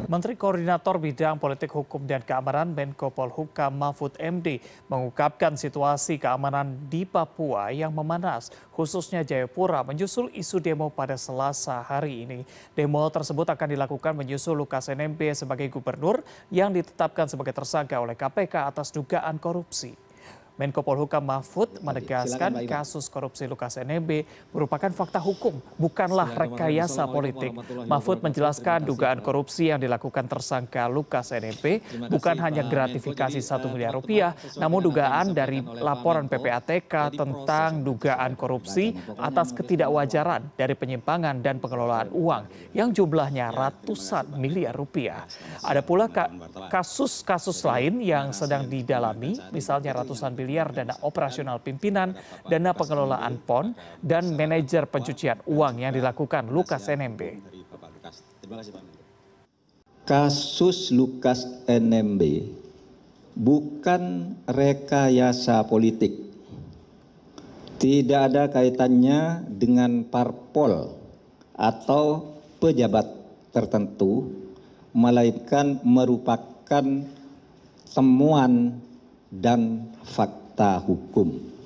Menteri Koordinator Bidang Politik Hukum dan Keamanan Menko Polhukam Mahfud MD mengungkapkan situasi keamanan di Papua yang memanas, khususnya Jayapura menyusul isu demo pada Selasa hari ini. Demo tersebut akan dilakukan menyusul Lukas NMB sebagai gubernur yang ditetapkan sebagai tersangka oleh KPK atas dugaan korupsi. Menko Polhukam Mahfud menegaskan kasus korupsi Lukas NMB merupakan fakta hukum, bukanlah rekayasa politik. Mahfud menjelaskan dugaan korupsi yang dilakukan tersangka Lukas NMB bukan hanya gratifikasi 1 miliar rupiah, namun dugaan dari laporan PPATK tentang dugaan korupsi atas ketidakwajaran dari penyimpangan dan pengelolaan uang yang jumlahnya ratusan miliar rupiah. Ada pula kasus-kasus lain yang sedang didalami, misalnya ratusan miliar dana operasional pimpinan, dana pengelolaan PON, dan manajer pencucian uang yang dilakukan Lukas NMB. Kasus Lukas NMB bukan rekayasa politik. Tidak ada kaitannya dengan parpol atau pejabat tertentu, melainkan merupakan temuan dan fakta hukum.